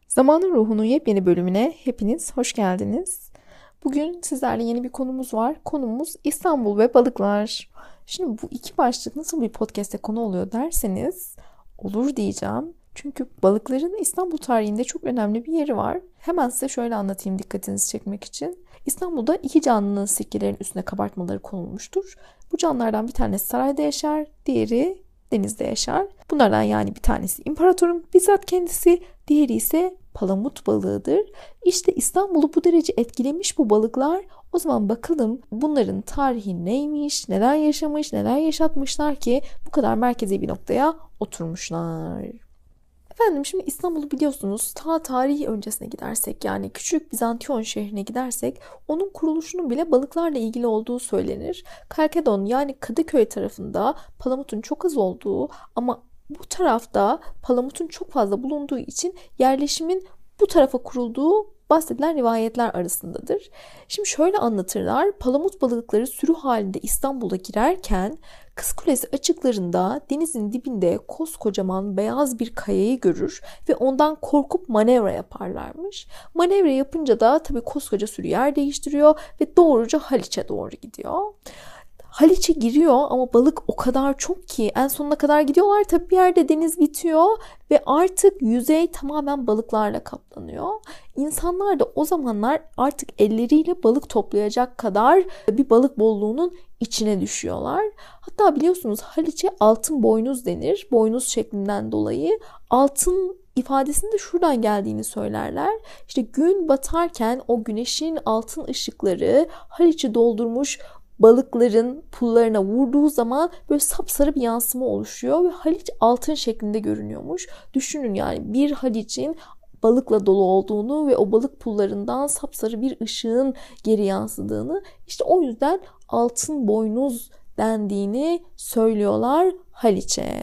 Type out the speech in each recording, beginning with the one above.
Zamanın Ruhu'nun yepyeni bölümüne hepiniz hoş geldiniz. Bugün sizlerle yeni bir konumuz var. Konumuz İstanbul ve balıklar. Şimdi bu iki başlık nasıl bir podcast'te konu oluyor derseniz olur diyeceğim. Çünkü balıkların İstanbul tarihinde çok önemli bir yeri var. Hemen size şöyle anlatayım dikkatinizi çekmek için. İstanbul'da iki canlının sikkelerin üstüne kabartmaları konulmuştur. Bu canlılardan bir tanesi sarayda yaşar, diğeri denizde yaşar. Bunlardan yani bir tanesi imparatorun bizzat kendisi, diğeri ise palamut balığıdır. İşte İstanbul'u bu derece etkilemiş bu balıklar. O zaman bakalım bunların tarihi neymiş, neler yaşamış, neler yaşatmışlar ki bu kadar merkezi bir noktaya oturmuşlar. Efendim şimdi İstanbul'u biliyorsunuz ta tarihi öncesine gidersek yani Küçük Bizantiyon şehrine gidersek onun kuruluşunun bile balıklarla ilgili olduğu söylenir. Kalkedon yani Kadıköy tarafında palamutun çok az olduğu ama bu tarafta palamutun çok fazla bulunduğu için yerleşimin bu tarafa kurulduğu bahsedilen rivayetler arasındadır. Şimdi şöyle anlatırlar. Palamut balıkları sürü halinde İstanbul'a girerken Kız Kulesi açıklarında denizin dibinde koskocaman beyaz bir kayayı görür ve ondan korkup manevra yaparlarmış. Manevra yapınca da tabii koskoca sürü yer değiştiriyor ve doğruca Haliç'e doğru gidiyor. Haliç'e giriyor ama balık o kadar çok ki en sonuna kadar gidiyorlar. Tabii bir yerde deniz bitiyor ve artık yüzey tamamen balıklarla kaplanıyor. İnsanlar da o zamanlar artık elleriyle balık toplayacak kadar bir balık bolluğunun içine düşüyorlar. Hatta biliyorsunuz Haliç'e altın boynuz denir. Boynuz şeklinden dolayı altın ifadesinin de şuradan geldiğini söylerler. İşte gün batarken o güneşin altın ışıkları Haliç'i doldurmuş balıkların pullarına vurduğu zaman böyle sapsarı bir yansıma oluşuyor ve Haliç altın şeklinde görünüyormuş. Düşünün yani bir Haliç'in balıkla dolu olduğunu ve o balık pullarından sapsarı bir ışığın geri yansıdığını, işte o yüzden altın boynuz dendiğini söylüyorlar Haliç'e.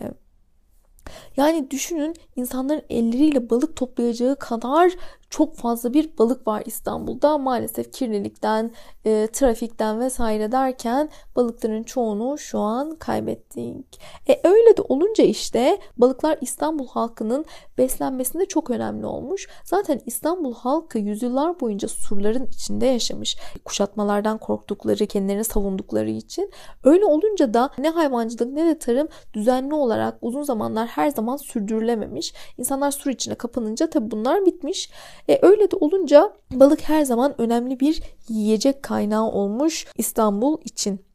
Yani düşünün insanların elleriyle balık toplayacağı kadar çok fazla bir balık var İstanbul'da. Maalesef kirlilikten, trafikten vesaire derken balıkların çoğunu şu an kaybettik. Öyle de olunca işte balıklar İstanbul halkının beslenmesinde çok önemli olmuş. Zaten İstanbul halkı yüzyıllar boyunca surların içinde yaşamış. Kuşatmalardan korktukları, kendilerini savundukları için. Öyle olunca da ne hayvancılık ne de tarım düzenli olarak uzun zamanlar her zaman sürdürülememiş. İnsanlar sur içine kapanınca tabii bunlar bitmiş. Öyle de olunca balık her zaman önemli bir yiyecek kaynağı olmuş İstanbul için.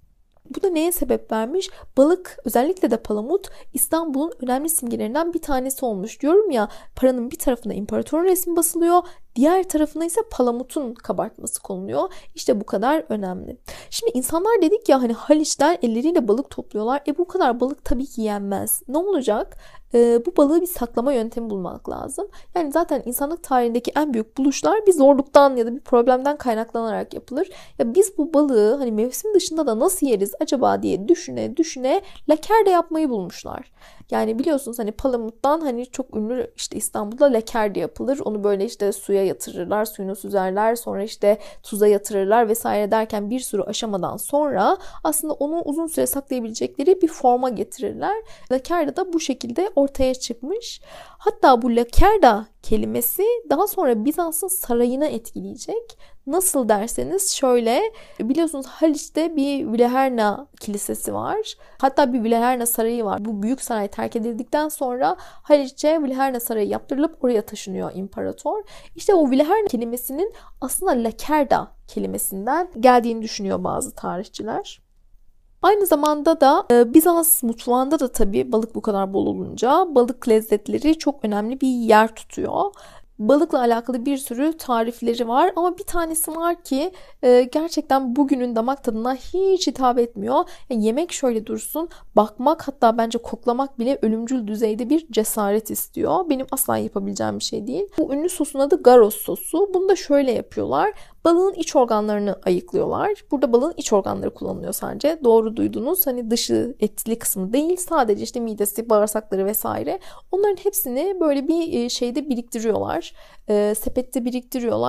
Bu da neye sebep vermiş? Balık, özellikle de palamut İstanbul'un önemli simgelerinden bir tanesi olmuş. Diyorum ya, paranın bir tarafına imparatorun resmi basılıyor, diğer tarafına ise palamutun kabartması konuluyor. İşte bu kadar önemli. Şimdi insanlar dedik ya hani Haliç'ten elleriyle balık topluyorlar. Bu kadar balık tabii ki yenmez. Ne olacak? Bu balığı bir saklama yöntemi bulmak lazım. Yani zaten insanlık tarihindeki en büyük buluşlar bir zorluktan ya da bir problemden kaynaklanarak yapılır. Ya biz bu balığı hani mevsim dışında da nasıl yeriz acaba diye düşüne düşüne lakerde yapmayı bulmuşlar. Yani biliyorsunuz hani palamuttan hani çok ünlü işte İstanbul'da lakerde yapılır. Onu böyle işte suya yatırırlar, suyunu süzerler, sonra işte tuza yatırırlar vesaire derken bir sürü aşamadan sonra aslında onu uzun süre saklayabilecekleri bir forma getirirler. Lakerda da bu şekilde ortaya çıkmış. Hatta bu lakerda kelimesi daha sonra Bizans'ın sarayına etkileyecek. Nasıl derseniz şöyle, biliyorsunuz Haliç'te bir Vilaherna kilisesi var. Hatta bir Vilaherna sarayı var. Bu büyük saray terk edildikten sonra Haliç'e Vilaherna sarayı yaptırılıp oraya taşınıyor imparator. İşte o Vilaherna kelimesinin aslında lakerda kelimesinden geldiğini düşünüyor bazı tarihçiler. Aynı zamanda da Bizans mutfağında da tabii balık bu kadar bol olunca balık lezzetleri çok önemli bir yer tutuyor. Balıkla alakalı bir sürü tarifleri var ama bir tanesi var ki gerçekten bugünün damak tadına hiç hitap etmiyor. Yani yemek şöyle dursun, bakmak hatta bence koklamak bile ölümcül düzeyde bir cesaret istiyor. Benim asla yapabileceğim bir şey değil. Bu ünlü sosun adı Garos sosu. Bunu da şöyle yapıyorlar. Balığın iç organlarını ayıklıyorlar. Burada balığın iç organları kullanılıyor sadece. Doğru duydunuz. Hani dışı etli kısmı değil. Sadece işte midesi, bağırsakları vesaire. Onların hepsini böyle bir şeyde biriktiriyorlar. Sepette biriktiriyorlar.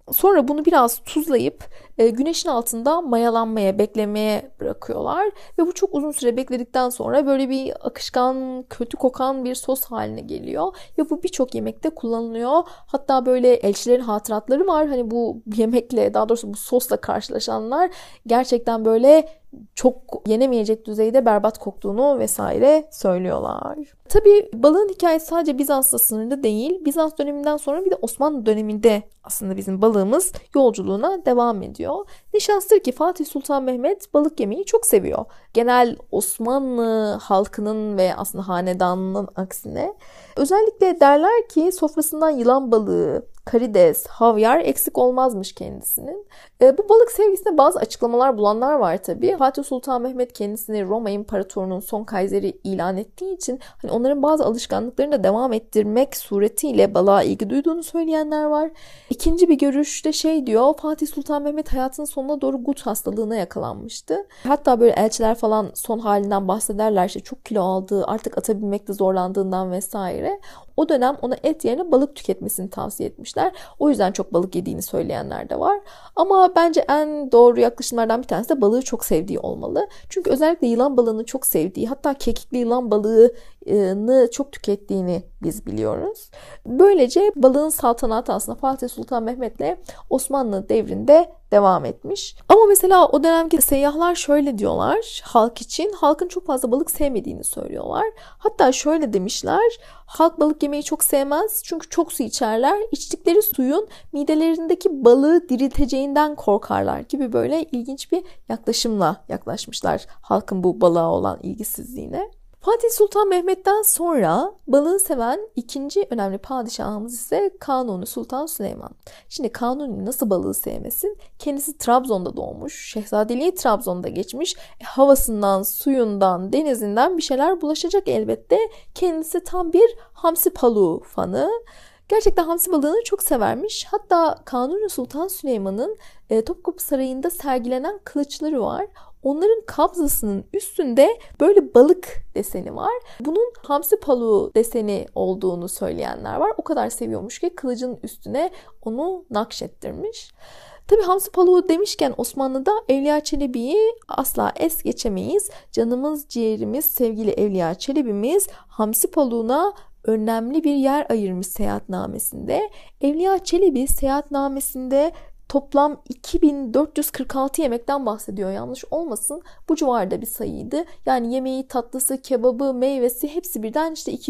Sonra bunu biraz tuzlayıp güneşin altında mayalanmaya, beklemeye bırakıyorlar. Ve bu çok uzun süre bekledikten sonra böyle bir akışkan, kötü kokan bir sos haline geliyor. Ve bu birçok yemekte kullanılıyor. Hatta böyle elçilerin hatıratları var. Hani bu yemekle, daha doğrusu bu sosla karşılaşanlar gerçekten böyle çok yenemeyecek düzeyde berbat koktuğunu vesaire söylüyorlar. Tabii balığın hikayesi sadece Bizans'la sınırlı değil. Bizans döneminden sonra bir de Osmanlı döneminde aslında bizim balığımız yolculuğuna devam ediyor. Ne şanstır ki Fatih Sultan Mehmet balık yemeyi çok seviyor. Genel Osmanlı halkının ve aslında hanedanının aksine. Özellikle derler ki sofrasından yılan balığı, karides, havyar eksik olmazmış kendisinin. Bu balık sevgisine bazı açıklamalar bulanlar var tabii. Fatih Sultan Mehmet kendisini Roma İmparatorluğu'nun son kayseri ilan ettiği için hani onların bazı alışkanlıklarını da devam ettirmek suretiyle balığa ilgi duyduğunu söyleyenler var. İkinci bir görüşte diyor, Fatih Sultan Mehmet hayatının sonuna doğru gut hastalığına yakalanmıştı. Hatta böyle elçiler falan son halinden bahsederler, çok kilo aldığı, artık ata binmekte zorlandığından vesaire. O dönem ona et yerine balık tüketmesini tavsiye etmişler. O yüzden çok balık yediğini söyleyenler de var. Ama bence en doğru yaklaşımlardan bir tanesi de balığı çok sevdiği olmalı. Çünkü özellikle yılan balığını çok sevdiği, hatta kekikli yılan balığını çok tükettiğini biz biliyoruz. Böylece balığın saltanatı aslında Fatih Sultan Mehmet'le Osmanlı devrinde devam etmiş. Ama mesela o dönemki seyyahlar şöyle diyorlar halk için. Halkın çok fazla balık sevmediğini söylüyorlar. Hatta şöyle demişler. Halk balık yemeyi çok sevmez çünkü çok su içerler. İçtikleri suyun midelerindeki balığı dirilteceğinden korkarlar gibi böyle ilginç bir yaklaşımla yaklaşmışlar halkın bu balığa olan ilgisizliğine. Fatih Sultan Mehmet'ten sonra balığı seven ikinci önemli padişahımız ise Kanuni Sultan Süleyman. Şimdi Kanuni nasıl balığı sevmesin? Kendisi Trabzon'da doğmuş, şehzadeliği Trabzon'da geçmiş. Havasından, suyundan, denizinden bir şeyler bulaşacak elbette. Kendisi tam bir hamsi paluğu fanı. Gerçekten hamsi balığını çok severmiş. Hatta Kanuni Sultan Süleyman'ın Topkapı Sarayı'nda sergilenen kılıçları var. Onların kabzasının üstünde böyle balık deseni var. Bunun hamsi paluğu deseni olduğunu söyleyenler var. O kadar seviyormuş ki kılıcın üstüne onu nakşettirmiş. Tabii hamsi paluğu demişken Osmanlı'da Evliya Çelebi'yi asla es geçemeyiz. Canımız, ciğerimiz, sevgili Evliya Çelebi'miz hamsi paluğuna önemli bir yer ayırmış seyahatnamesinde. Evliya Çelebi seyahatnamesinde toplam 2446 yemekten bahsediyor, yanlış olmasın. Bu civarda bir sayıydı. Yani yemeği, tatlısı, kebabı, meyvesi hepsi birden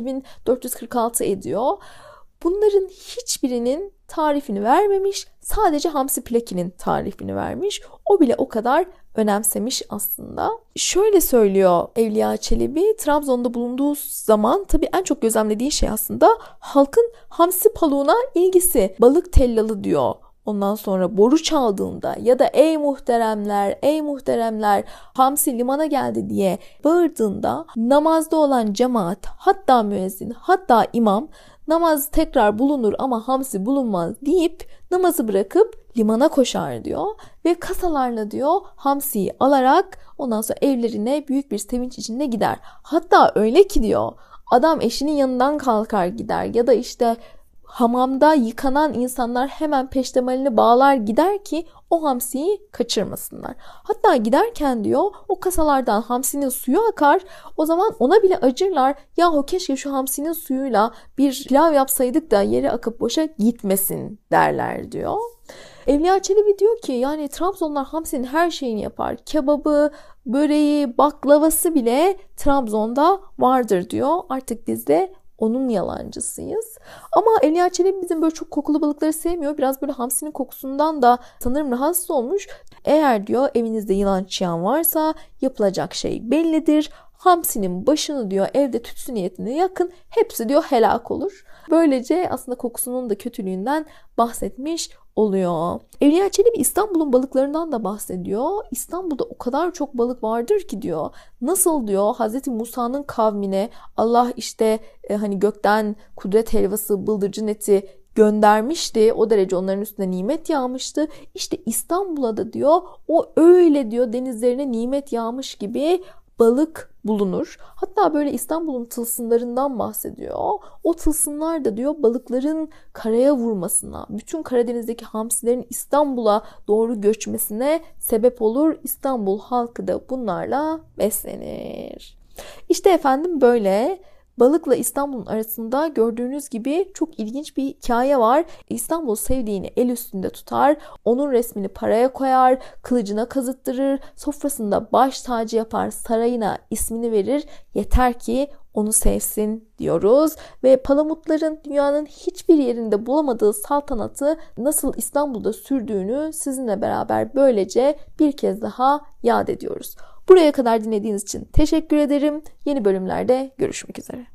2446 ediyor. Bunların hiçbirinin tarifini vermemiş. Sadece hamsi plakinin tarifini vermiş. O bile o kadar önemsemiş aslında. Şöyle söylüyor Evliya Çelebi, Trabzon'da bulunduğu zaman tabii en çok gözlemlediği şey aslında halkın hamsi paluğuna ilgisi. Balık tellalı diyor. Ondan sonra boru çaldığında ya da ey muhteremler, ey muhteremler hamsi limana geldi diye bağırdığında namazda olan cemaat, hatta müezzin, hatta imam namaz tekrar bulunur ama hamsi bulunmaz deyip namazı bırakıp limana koşar diyor. Ve kasalarla diyor hamsiyi alarak ondan sonra evlerine büyük bir sevinç içinde gider. Hatta öyle ki diyor adam eşinin yanından kalkar gider ya da hamamda yıkanan insanlar hemen peştemalini bağlar gider ki o hamsiyi kaçırmasınlar. Hatta giderken diyor o kasalardan hamsinin suyu akar. O zaman ona bile acırlar. Yahu keşke şu hamsinin suyuyla bir pilav yapsaydık da yere akıp boşa gitmesin derler diyor. Evliya Çelebi diyor ki yani Trabzonlar hamsinin her şeyini yapar. Kebabı, böreği, baklavası bile Trabzon'da vardır diyor. Artık biz de onun yalancısıyız. Ama Evliya Çelebi bizim böyle çok kokulu balıkları sevmiyor. Biraz böyle hamsinin kokusundan da sanırım rahatsız olmuş. Eğer diyor evinizde yılan çıyan varsa yapılacak şey bellidir. Hamsinin başını diyor evde tütsü niyetine yakın. Hepsi diyor helak olur. Böylece aslında kokusunun da kötülüğünden bahsetmiş oluyor. Evliya Çelebi İstanbul'un balıklarından da bahsediyor. İstanbul'da o kadar çok balık vardır ki diyor. Nasıl diyor Hazreti Musa'nın kavmine Allah hani gökten kudret helvası, bıldırcın eti göndermişti. O derece onların üstüne nimet yağmıştı. İşte İstanbul'a da diyor o öyle diyor denizlerine nimet yağmış gibi balık bulunur. Hatta böyle İstanbul'un tılsımlarından bahsediyor. O tılsımlar da diyor balıkların karaya vurmasına, bütün Karadeniz'deki hamsilerin İstanbul'a doğru göçmesine sebep olur. İstanbul halkı da bunlarla beslenir. İşte efendim böyle balıkla İstanbul'un arasında gördüğünüz gibi çok ilginç bir hikaye var. İstanbul sevdiğini el üstünde tutar, onun resmini paraya koyar, kılıcına kazıttırır, sofrasında baş tacı yapar, sarayına ismini verir. Yeter ki onu sevsin diyoruz ve Palamutların dünyanın hiçbir yerinde bulamadığı saltanatı nasıl İstanbul'da sürdüğünü sizinle beraber böylece bir kez daha yad ediyoruz. Buraya kadar dinlediğiniz için teşekkür ederim. Yeni bölümlerde görüşmek üzere.